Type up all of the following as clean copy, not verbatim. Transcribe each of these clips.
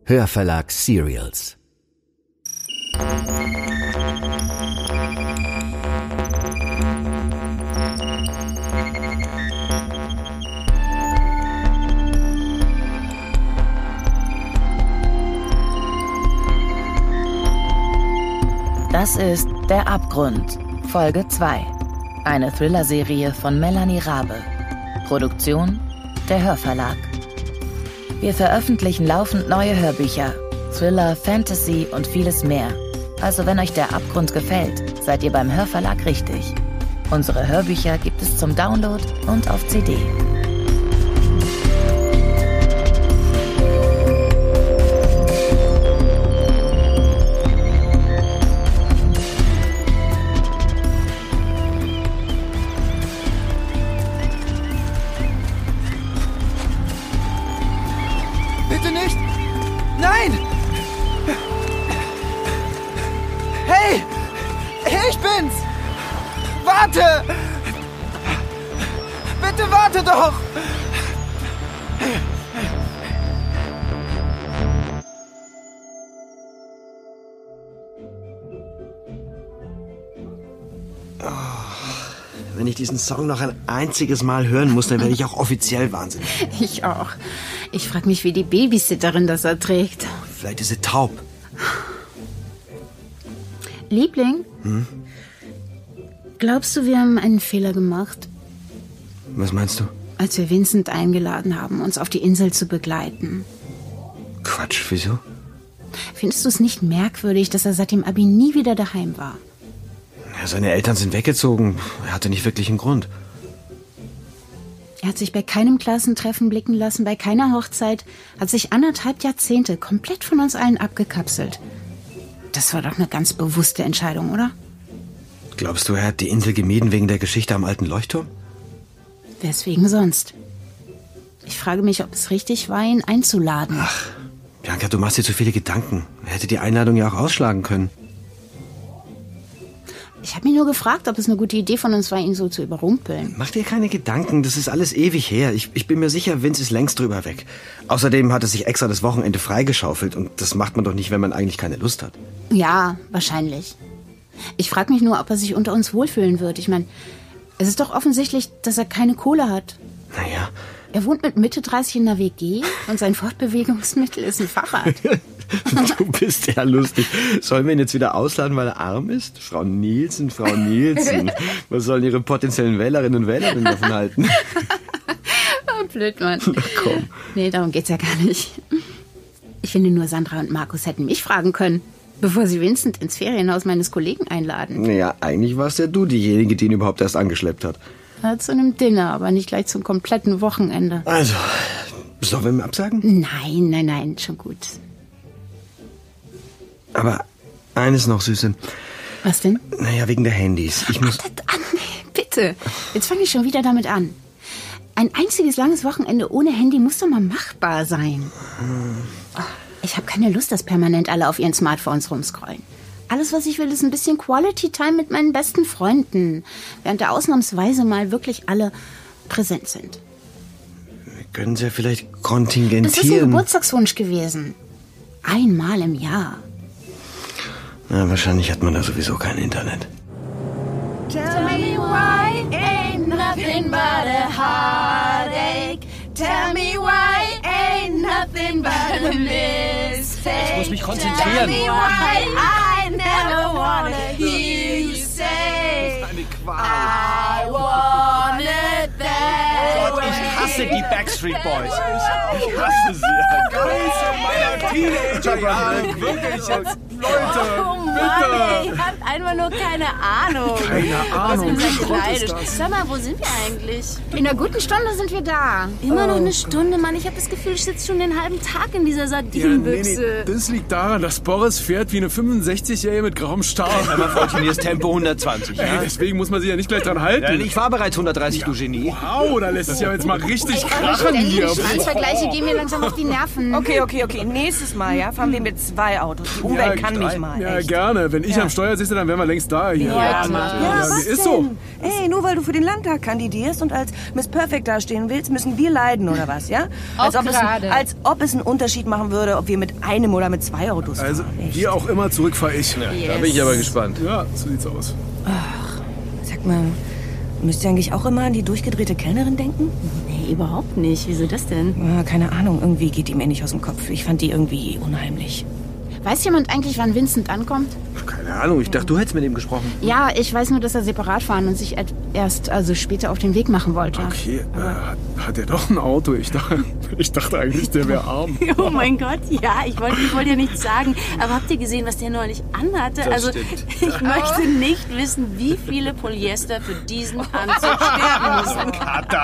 Hörverlag Serials. Das ist Der Abgrund, Folge 2. Eine Thriller-Serie von Melanie Rabe. Produktion der Hörverlag. Wir veröffentlichen laufend neue Hörbücher, Thriller, Fantasy und vieles mehr. Also wenn euch Der Abgrund gefällt, seid ihr beim Hörverlag richtig. Unsere Hörbücher gibt es zum Download und auf CD. Bitte nicht! Nein! Hey! Hey, ich bin's! Warte! Bitte warte doch! Wenn ich diesen Song noch ein einziges Mal hören muss, dann werde ich auch offiziell wahnsinnig. Ich auch. Ich frage mich, wie die Babysitterin das erträgt. Vielleicht ist sie taub. Liebling? Glaubst du, wir haben einen Fehler gemacht, Was meinst du? als wir Vincent eingeladen haben, uns auf die Insel zu begleiten? Quatsch, wieso? Findest du es nicht merkwürdig, dass er seit dem Abi nie wieder daheim war? Ja, seine Eltern sind weggezogen. Er hatte nicht wirklich einen Grund. Er hat sich bei keinem Klassentreffen blicken lassen, bei keiner Hochzeit, hat sich 1,5 Jahrzehnte komplett von uns allen abgekapselt. Das war doch eine ganz bewusste Entscheidung, oder? Glaubst du, er hat die Insel gemieden wegen der Geschichte am alten Leuchtturm? Weswegen sonst? Ich frage mich, ob es richtig war, ihn einzuladen. Ach, Bianca, du machst dir zu viele Gedanken. Er hätte die Einladung ja auch ausschlagen können. Ich habe mich nur gefragt, ob es eine gute Idee von uns war, ihn so zu überrumpeln. Mach dir keine Gedanken, das ist alles ewig her. Ich bin mir sicher, Vince ist längst drüber weg. Außerdem hat er sich extra das Wochenende freigeschaufelt und das macht man doch nicht, wenn man eigentlich keine Lust hat. Ja, wahrscheinlich. Ich frage mich nur, ob er sich unter uns wohlfühlen wird. Ich meine, es ist doch offensichtlich, dass er keine Kohle hat. Naja. Er wohnt mit Mitte 30 in einer WG und sein Fortbewegungsmittel ist ein Fahrrad. Du bist ja lustig. Sollen wir ihn jetzt wieder ausladen, weil er arm ist? Frau Nielsen. Was sollen Ihre potenziellen Wählerinnen und Wähler denn davon halten? Oh, blöd, Mann. Na komm. Nee, darum geht's ja gar nicht. Ich finde nur, Sandra und Markus hätten mich fragen können, bevor sie Vincent ins Ferienhaus meines Kollegen einladen. Naja, eigentlich warst ja du diejenige, die ihn überhaupt erst angeschleppt hat. Ja, zu einem Dinner, aber nicht gleich zum kompletten Wochenende. Also, sollen wir ihm absagen? Nein, schon gut. Aber eines noch, Süße. Was denn? Naja, wegen der Handys. Ich muss... Nee, bitte. Jetzt fange ich schon wieder damit an. Ein einziges langes Wochenende ohne Handy muss doch mal machbar sein. Oh, ich habe keine Lust, dass permanent alle auf ihren Smartphones rumscrollen. Alles, was ich will, ist ein bisschen Quality Time mit meinen besten Freunden. Während da ausnahmsweise mal wirklich alle präsent sind. Wir können sie ja vielleicht kontingentieren. Das ist ein Geburtstagswunsch gewesen. Einmal im Jahr. Na, wahrscheinlich hat man da sowieso kein Internet. Tell me why ain't nothing but a heartache. Tell me why ain't nothing but a mistake. Ich muss mich Tell konzentrieren. me why I never wanna hear you say Eine Qual. I want it that Gott, ich way. hasse die Backstreet Boys. Ich hasse sie. Ganz in meiner Teenagerjahre wirklich jetzt. Leute, Oh Mann, bitte. ihr habt einfach nur keine Ahnung. Keine Ahnung, Außerdem seid ihr Schrott ist neidisch. das. Sag mal, wo sind wir eigentlich? In einer guten Stunde sind wir da. Immer noch eine Stunde, Mann. Ich habe das Gefühl, ich sitze schon den halben Tag in dieser Sardinenbüchse. Das liegt daran, dass Boris fährt wie eine 65-Jährige mit grauem Star. Aber Freundchen, hier ist Tempo 120, Ey, ja? deswegen muss man sich ja nicht gleich dran halten. Ja, ich fahr bereits 130, du Genie. Wow, da lässt es ja jetzt mal richtig krachen hier. Schwanzvergleiche gehen mir langsam auf die Nerven. Okay. Nächstes Mal, ja, fahren wir mit 2 Autos. Die Umwelt kann Entspann mich mal. Ja, echt. gerne. Wenn ich am Steuer sitze, dann wären wir längst da hier. Ja, was ist so. denn? Ey, nur weil du für den Landtag kandidierst und als Miss Perfect dastehen willst, müssen wir leiden, oder was, ja? Als ob es einen Unterschied machen würde, ob wir mit einem oder mit 2 Autos fahren. Also, echt. wie auch immer, zurück fahre ich. Da bin ich aber gespannt. Ja, so sieht's aus. Sag mal, müsst ihr eigentlich auch immer an die durchgedrehte Kellnerin denken? Nee, überhaupt nicht. Wieso das denn? Ja, keine Ahnung, irgendwie geht die mir nicht aus dem Kopf. Ich fand die irgendwie unheimlich. Weiß jemand eigentlich, wann Vincent ankommt? Keine Ahnung, ich dachte, du hättest mit ihm gesprochen. Ja, ich weiß nur, dass er separat fahren und sich erst später auf den Weg machen wollte. Okay, hat er doch ein Auto? Ich dachte eigentlich, der wäre arm. Oh mein Gott, ja, ich wollte ja nichts sagen. Aber habt ihr gesehen, was der neulich anhatte? Das stimmt. Ich möchte nicht wissen, wie viele Polyester für diesen Anzug sterben müssen.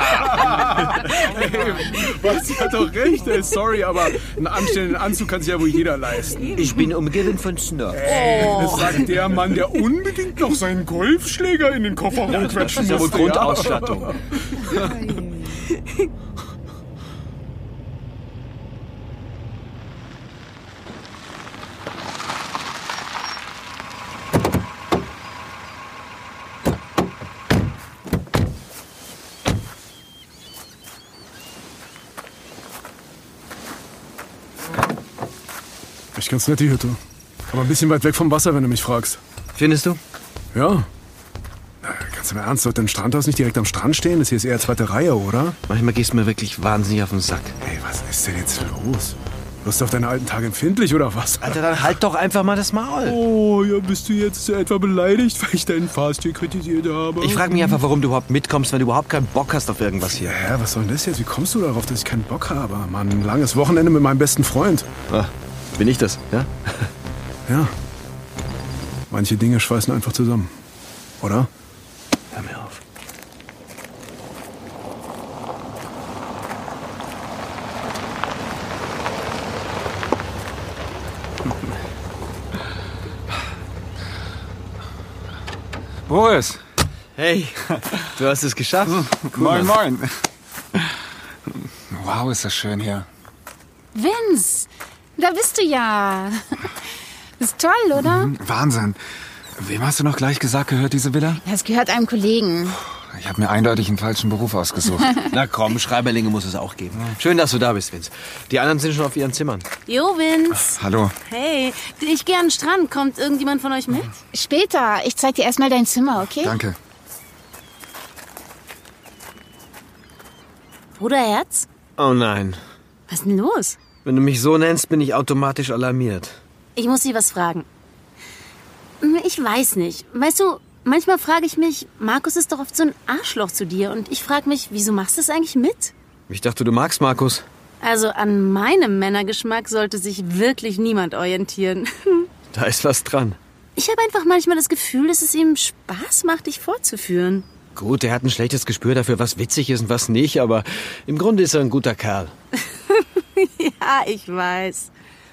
Was, sie hat doch recht. Sorry, aber einen anständigen Anzug kann sich ja wohl jeder leisten. Ich bin umgeben von Snurf. Das sagt der Mann, der unbedingt noch seinen Golfschläger in den Kofferraum quetschen Das ist ja wohl musste. Grundausstattung. Echt ganz nett, die Hütte. Aber ein bisschen weit weg vom Wasser, wenn du mich fragst. Findest du? Ja. Na, ganz im Ernst, sollte ein Strandhaus nicht direkt am Strand stehen? Das hier ist eher 2. Reihe, oder? Manchmal gehst du mir wirklich wahnsinnig auf den Sack. Ey, was ist denn jetzt los? Wirst du auf deine alten Tage empfindlich, oder was? Alter, dann halt doch einfach mal das Maul. Oh, ja, bist du jetzt etwa beleidigt, weil ich deinen Fahrstil kritisiert habe? Ich frage mich einfach, warum du überhaupt mitkommst, wenn du überhaupt keinen Bock hast auf irgendwas hier. Hä, was soll denn das jetzt? Wie kommst du darauf, dass ich keinen Bock habe? Mann, ein langes Wochenende mit meinem besten Freund. Ah, bin ich das, ja? Ja. Manche Dinge schweißen einfach zusammen. Oder? Hör mir auf. Boris. Hey, du hast es geschafft. Moin, moin. Wow, ist das schön hier. Vince, da bist du ja. Ist toll, oder? Wahnsinn. Wem hast du noch gleich gesagt, gehört diese Villa? Das gehört einem Kollegen. Ich habe mir eindeutig einen falschen Beruf ausgesucht. Na komm, Schreiberlinge muss es auch geben. Schön, dass du da bist, Vince. Die anderen sind schon auf ihren Zimmern. Jo, Vince. Hallo. Hey, ich gehe an den Strand. Kommt irgendjemand von euch mit? Später. Ich zeig dir erstmal dein Zimmer, okay? Danke. Bruderherz? Oh nein. Was ist denn los? Wenn du mich so nennst, bin ich automatisch alarmiert. Ich muss Sie was fragen. Ich weiß nicht. Weißt du, manchmal frage ich mich, Markus ist doch oft so ein Arschloch zu dir. Und ich frage mich, wieso machst du es eigentlich mit? Ich dachte, du magst Markus. Also an meinem Männergeschmack sollte sich wirklich niemand orientieren. Da ist was dran. Ich habe einfach manchmal das Gefühl, dass es ihm Spaß macht, dich vorzuführen. Gut, er hat ein schlechtes Gespür dafür, was witzig ist und was nicht, aber im Grunde ist er ein guter Kerl. Ja, ich weiß.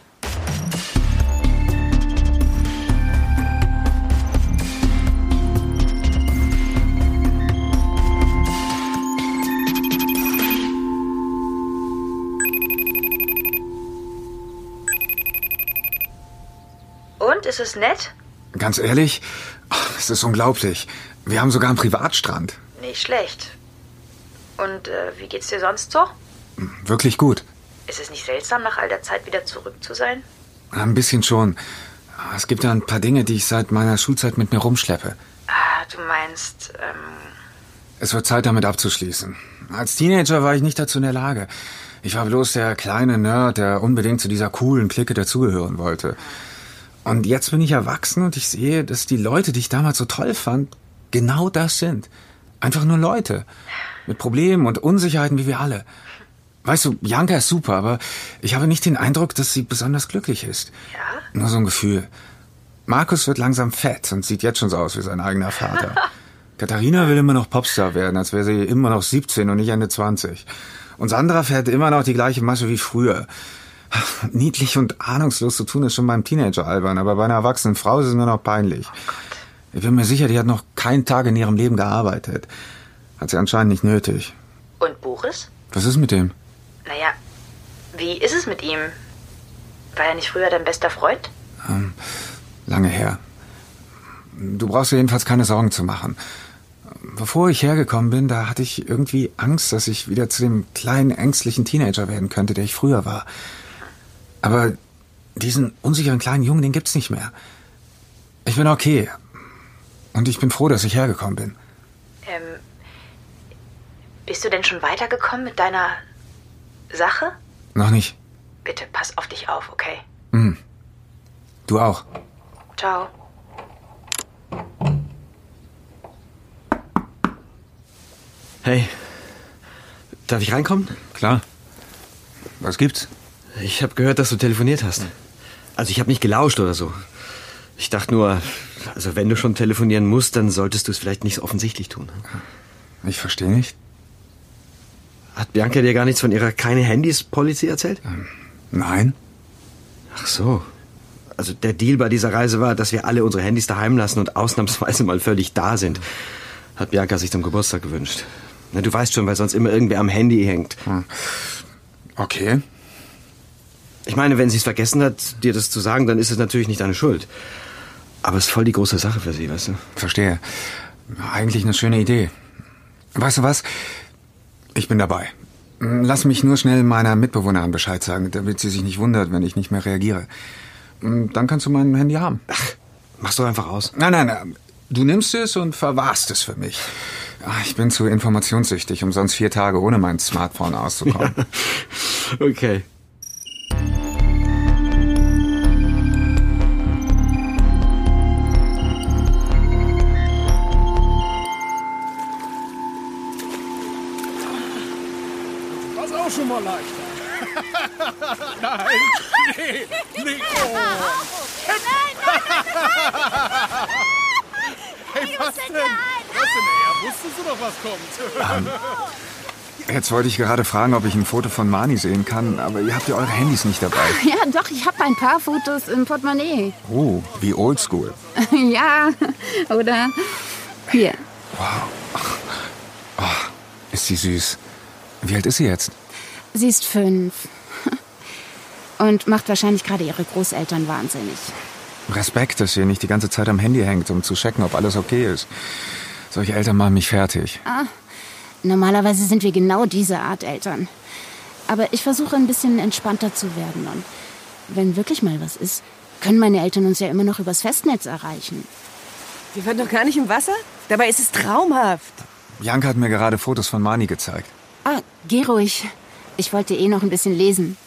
Und, ist es nett? Ganz ehrlich, es ist unglaublich. Wir haben sogar einen Privatstrand. Nicht schlecht. Und wie geht's dir sonst so? Wirklich gut. Ist es nicht seltsam, nach all der Zeit wieder zurück zu sein? Ein bisschen schon. Es gibt ja ein paar Dinge, die ich seit meiner Schulzeit mit mir rumschleppe. Ah, du meinst, Es wird Zeit, damit abzuschließen. Als Teenager war ich nicht dazu in der Lage. Ich war bloß der kleine Nerd, der unbedingt zu dieser coolen Clique dazugehören wollte. Und jetzt bin ich erwachsen und ich sehe, dass die Leute, die ich damals so toll fand, genau das sind. Einfach nur Leute. Mit Problemen und Unsicherheiten wie wir alle. Weißt du, Bianca ist super, aber ich habe nicht den Eindruck, dass sie besonders glücklich ist. Ja? Nur so ein Gefühl. Markus wird langsam fett und sieht jetzt schon so aus wie sein eigener Vater. Katharina will immer noch Popstar werden, als wäre sie immer noch 17 und nicht Ende 20. Und Sandra fährt immer noch die gleiche Masche wie früher. Niedlich und ahnungslos zu tun ist schon beim Teenager albern, aber bei einer erwachsenen Frau ist es nur noch peinlich. Ich bin mir sicher, die hat noch keinen Tag in ihrem Leben gearbeitet. Hat sie anscheinend nicht nötig. Und Boris? Was ist mit dem? Naja, wie ist es mit ihm? War er nicht früher dein bester Freund? Lange her. Du brauchst dir jedenfalls keine Sorgen zu machen. Bevor ich hergekommen bin, da hatte ich irgendwie Angst, dass ich wieder zu dem kleinen, ängstlichen Teenager werden könnte, der ich früher war. Aber diesen unsicheren kleinen Jungen, den gibt's nicht mehr. Ich bin okay. Und ich bin froh, dass ich hergekommen bin. Bist du denn schon weitergekommen mit deiner Sache? Noch nicht. Bitte, pass auf dich auf, okay? Mhm. Du auch. Ciao. Hey, darf ich reinkommen? Klar. Was gibt's? Ich habe gehört, dass du telefoniert hast. Also ich habe nicht gelauscht oder so. Ich dachte nur, also wenn du schon telefonieren musst, dann solltest du es vielleicht nicht so offensichtlich tun. Ich verstehe nicht. Hat Bianca dir gar nichts von ihrer Keine-Handys-Policy erzählt? Nein. Ach so. Also der Deal bei dieser Reise war, dass wir alle unsere Handys daheim lassen und ausnahmsweise mal völlig da sind. Hat Bianca sich zum Geburtstag gewünscht. Na, du weißt schon, weil sonst immer irgendwer am Handy hängt. Okay. Ich meine, wenn sie es vergessen hat, dir das zu sagen, dann ist es natürlich nicht deine Schuld. Aber es ist voll die große Sache für sie, weißt du? Verstehe. Eigentlich eine schöne Idee. Weißt du was? Ich bin dabei. Lass mich nur schnell meiner Mitbewohnerin Bescheid sagen, damit sie sich nicht wundert, wenn ich nicht mehr reagiere. Dann kannst du mein Handy haben. Ach, mach's doch einfach aus. Nein. Du nimmst es und verwahrst es für mich. Ich bin zu informationssüchtig, um sonst 4 Tage ohne mein Smartphone auszukommen. Ja. Okay. War's auch schon mal leichter. Nein, nee, Nico. Hey, was denn? Wusstest du doch, was kommt? Jetzt wollte ich gerade fragen, ob ich ein Foto von Mani sehen kann, aber ihr habt ja eure Handys nicht dabei. Ja, doch, ich habe ein paar Fotos im Portemonnaie. Oh, wie oldschool. Ja, oder? Hier. Wow. Oh, ist sie süß. Wie alt ist sie jetzt? Sie ist 5. Und macht wahrscheinlich gerade ihre Großeltern wahnsinnig. Respekt, dass ihr nicht die ganze Zeit am Handy hängt, um zu checken, ob alles okay ist. Solche Eltern machen mich fertig. Normalerweise sind wir genau diese Art Eltern. Aber ich versuche ein bisschen entspannter zu werden. Und wenn wirklich mal was ist, können meine Eltern uns ja immer noch übers Festnetz erreichen. Wir waren doch gar nicht im Wasser? Dabei ist es traumhaft. Bianca hat mir gerade Fotos von Mani gezeigt. Geh ruhig. Ich wollte noch ein bisschen lesen.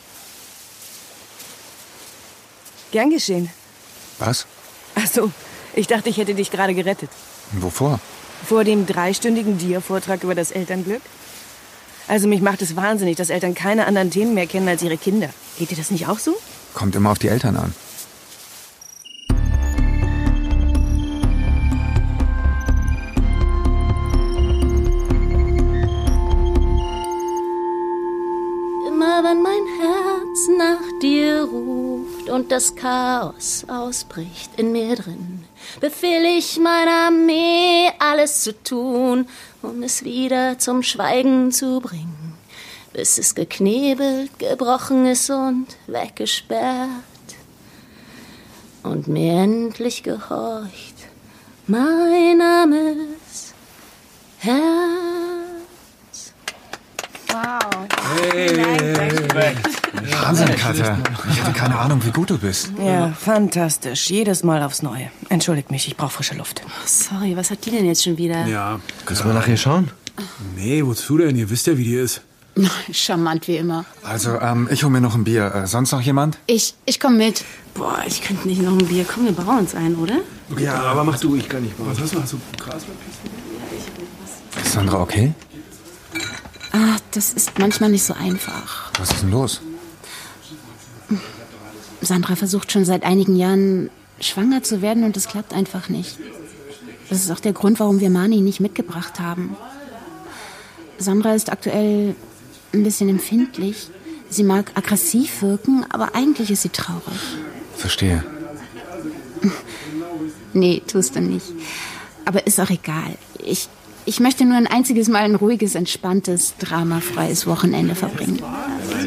Gern geschehen. Was? Ach so, ich dachte, ich hätte dich gerade gerettet. Wovor? Vor dem 3-stündigen Dia-Vortrag über das Elternglück. Also mich macht es wahnsinnig, dass Eltern keine anderen Themen mehr kennen als ihre Kinder. Geht dir das nicht auch so? Kommt immer auf die Eltern an. Immer wenn mein Herz nach dir ruft und das Chaos ausbricht in mir drin, befehl ich meiner Armee, alles zu tun, um es wieder zum Schweigen zu bringen, bis es geknebelt, gebrochen ist und weggesperrt und mir endlich gehorcht mein armes Herz. Wow. Wahnsinn, Katja. Ich hatte keine Ahnung, wie gut du bist. Ja, fantastisch. Jedes Mal aufs Neue. Entschuldigt mich, ich brauche frische Luft. Oh, sorry, was hat die denn jetzt schon wieder? Ja. Kannst du mal nachher schauen? Nee, wozu denn? Ihr wisst ja, wie die ist. Charmant wie immer. Also, ich hole mir noch ein Bier. Sonst noch jemand? Ich komme mit. Boah, ich könnte nicht noch ein Bier. Komm, wir bauen uns ein, oder? Okay, Ja, aber mach du, ich kann nicht machen. Was hast du? Hast du Gras? Ist Sandra okay? Das ist manchmal nicht so einfach. Was ist denn los? Sandra versucht schon seit einigen Jahren, schwanger zu werden und es klappt einfach nicht. Das ist auch der Grund, warum wir Mani nicht mitgebracht haben. Sandra ist aktuell ein bisschen empfindlich. Sie mag aggressiv wirken, aber eigentlich ist sie traurig. Verstehe. Nee, tust du nicht. Aber ist auch egal. Ich möchte nur ein einziges Mal ein ruhiges, entspanntes, dramafreies Wochenende verbringen.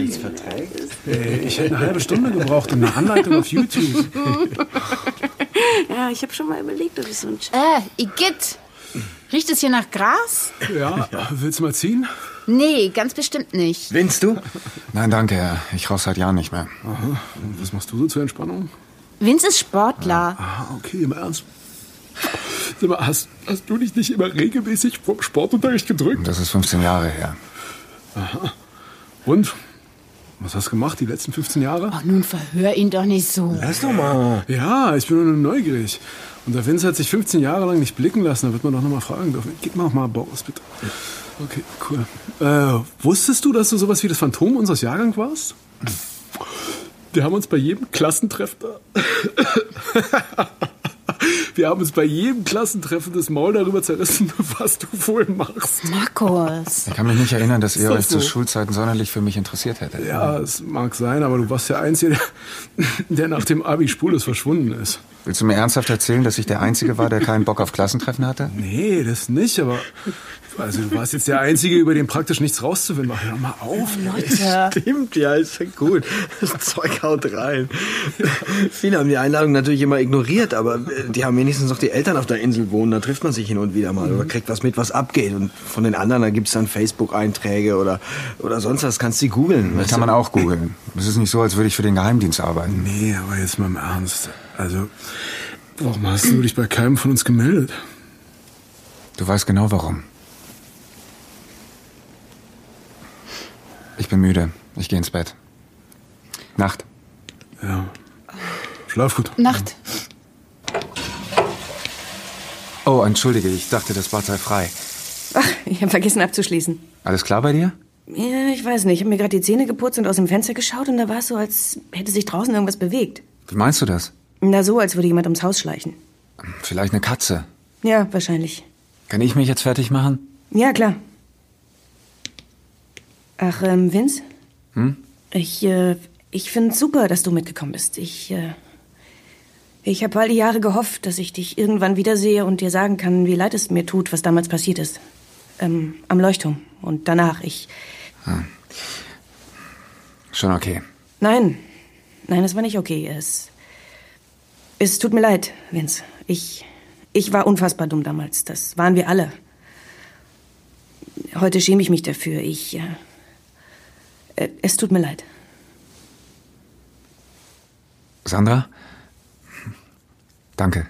Ich hätte eine halbe Stunde gebraucht und eine Anleitung auf YouTube. Ja, ich habe schon mal überlegt, ob ich so ein... Igitt. Riecht es hier nach Gras? Ja, willst du mal ziehen? Nee, ganz bestimmt nicht. Willst du? Nein, danke. Ich rauche seit Jahren nicht mehr. Aha. Und was machst du so zur Entspannung? Vince ist Sportler. Ah, okay, im Ernst. Sag mal, hast du dich nicht immer regelmäßig vom Sportunterricht gedrückt? Das ist 15 Jahre her. Aha. Und? Was hast du gemacht die letzten 15 Jahre? Ach, nun verhör ihn doch nicht so. Lass doch mal. Ja, ich bin nur neugierig. Und der Vince hat sich 15 Jahre lang nicht blicken lassen. Da wird man doch noch mal fragen dürfen. Gib mir auch mal Boris, bitte. Okay, cool. Wusstest du, dass du sowas wie das Phantom unseres Jahrgangs warst? Wir haben uns bei jedem Klassentreffen... Wir haben uns bei jedem Klassentreffen das Maul darüber zerrissen, was du wohl machst. Markus. Ich kann mich nicht erinnern, dass ihr Ist euch das so? zu Schulzeiten sonderlich für mich interessiert hättet. Ja, es mag sein, aber du warst der Einzige, der nach dem Abi spurlos verschwunden ist. Willst du mir ernsthaft erzählen, dass ich der Einzige war, der keinen Bock auf Klassentreffen hatte? Nee, das nicht, aber... Also du warst jetzt der Einzige, über den praktisch nichts rauszufinden. Mach hör mal auf. Leute. Stimmt, ja, ist ja gut. Das Zeug haut rein. Viele haben die Einladung natürlich immer ignoriert, aber die haben wenigstens noch die Eltern auf der Insel wohnen. Da trifft man sich hin und wieder mal oder kriegt was mit, was abgeht. Und von den anderen, da gibt's dann Facebook-Einträge oder sonst was. Kannst du googeln. Das kann man auch googeln. Es ist nicht so, als würde ich für den Geheimdienst arbeiten. Nee, aber jetzt mal im Ernst. Also, warum hast du dich bei keinem von uns gemeldet? Du weißt genau warum. Ich bin müde. Ich gehe ins Bett. Nacht. Ja. Schlaf gut. Nacht. Oh, entschuldige, ich dachte, das Bad sei frei. Ach, ich habe vergessen abzuschließen. Alles klar bei dir? Ja, ich weiß nicht. Ich habe mir gerade die Zähne geputzt und aus dem Fenster geschaut und da war es so, als hätte sich draußen irgendwas bewegt. Wie meinst du das? Na so, als würde jemand ums Haus schleichen. Vielleicht eine Katze. Ja, wahrscheinlich. Kann ich mich jetzt fertig machen? Ja, klar. Ach, Vince? Hm? Ich find's super, dass du mitgekommen bist. Ich habe all die Jahre gehofft, dass ich dich irgendwann wiedersehe und dir sagen kann, wie leid es mir tut, was damals passiert ist. Am Leuchtturm. Und danach, Schon okay. Nein, es war nicht okay. Es tut mir leid, Vince. Ich war unfassbar dumm damals. Das waren wir alle. Heute schäme ich mich dafür. Es tut mir leid. Sandra? Danke.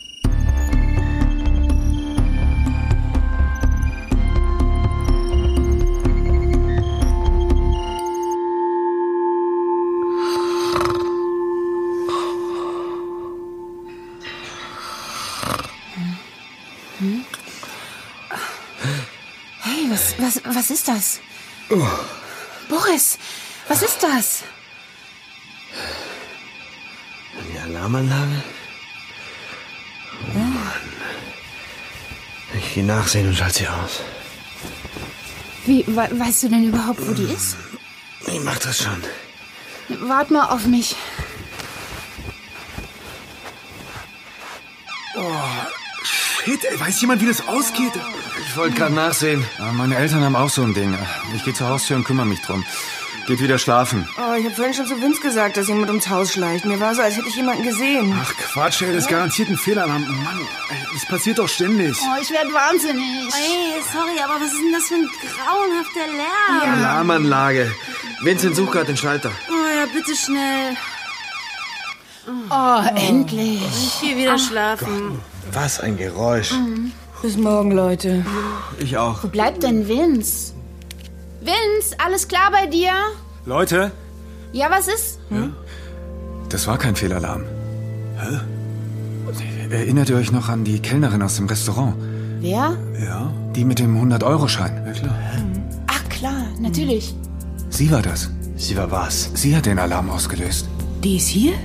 Hey, was ist das? Boris, was ist das? Die Alarmanlage? Oh Mann. Ich geh nachsehen und schalte sie aus. Wie, weißt du denn überhaupt, wo die ist? Ich mach das schon. Wart mal auf mich. Shit, ey, weiß jemand, wie das ausgeht? Ich wollte gerade nachsehen. Aber meine Eltern haben auch so ein Ding. Ich gehe zur Haustür und kümmere mich drum. Geht wieder schlafen. Oh, ich habe vorhin schon zu Vince gesagt, dass jemand ums Haus schleicht. Mir war so, als hätte ich jemanden gesehen. Ach Quatsch, ey, das ist garantiert ein Fehlalarm. Mann, ey, das passiert doch ständig. Oh, ich werde wahnsinnig. Ey, sorry, aber was ist denn das für ein grauenhafter Lärm? Alarmanlage. Vincent sucht gerade den Schalter. Oh ja, bitte schnell. Oh, endlich. Ich gehe wieder schlafen. Was ein Geräusch. Bis morgen, Leute. Ich auch. Wo bleibt denn Vince? Vince, alles klar bei dir? Leute, Ja, was ist? das war kein Fehlalarm. Hä? Erinnert ihr euch noch an die Kellnerin aus dem Restaurant? Wer? Ja, Die mit dem 100-Euro-Schein. ja klar. Ach klar, natürlich. Sie war das. Sie war was? Sie hat den Alarm ausgelöst. Die ist hier?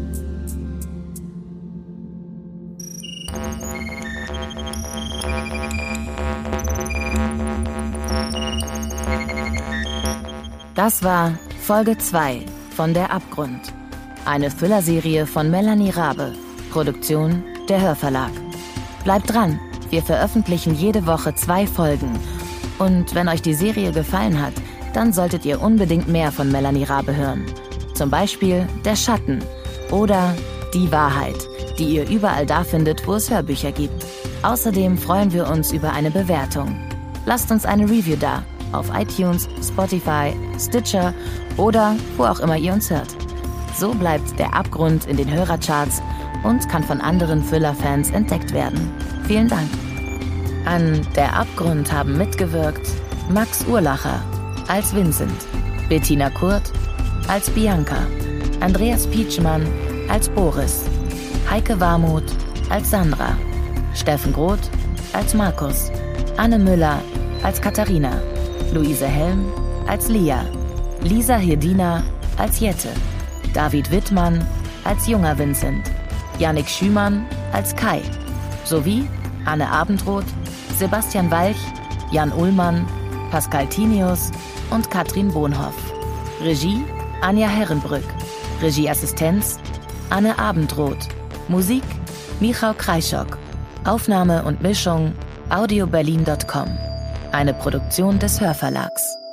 Das war Folge 2 von Der Abgrund. Eine Thriller-Serie von Melanie Rabe. Produktion der Hörverlag. Bleibt dran, wir veröffentlichen jede Woche 2 Folgen. Und wenn euch die Serie gefallen hat, dann solltet ihr unbedingt mehr von Melanie Rabe hören. Zum Beispiel Der Schatten oder Die Wahrheit. die ihr überall da findet, wo es Hörbücher gibt. Außerdem freuen wir uns über eine Bewertung. Lasst uns eine Review da, auf iTunes, Spotify, Stitcher oder wo auch immer ihr uns hört. So bleibt Der Abgrund in den Hörercharts und kann von anderen Thriller-Fans entdeckt werden. Vielen Dank. An Der Abgrund haben mitgewirkt Max Urlacher als Vincent, Bettina Kurt als Bianca, Andreas Pietschmann als Boris, Heike Warmuth als Sandra, Steffen Groth als Markus, Anne Müller als Katharina, Luise Helm als Lia, Lisa Hirdina als Jette, David Wittmann als junger Vincent, Jannik Schümann als Kai, sowie Anne Abendroth, Sebastian Walch, Jan Ullmann, Pascal Tinius und Katrin Bohnhoff. Regie Anja Herrenbrück. Regieassistenz Anne Abendroth. Musik Michał Kreischock. Aufnahme und Mischung audioberlin.com. Eine Produktion des Hörverlags.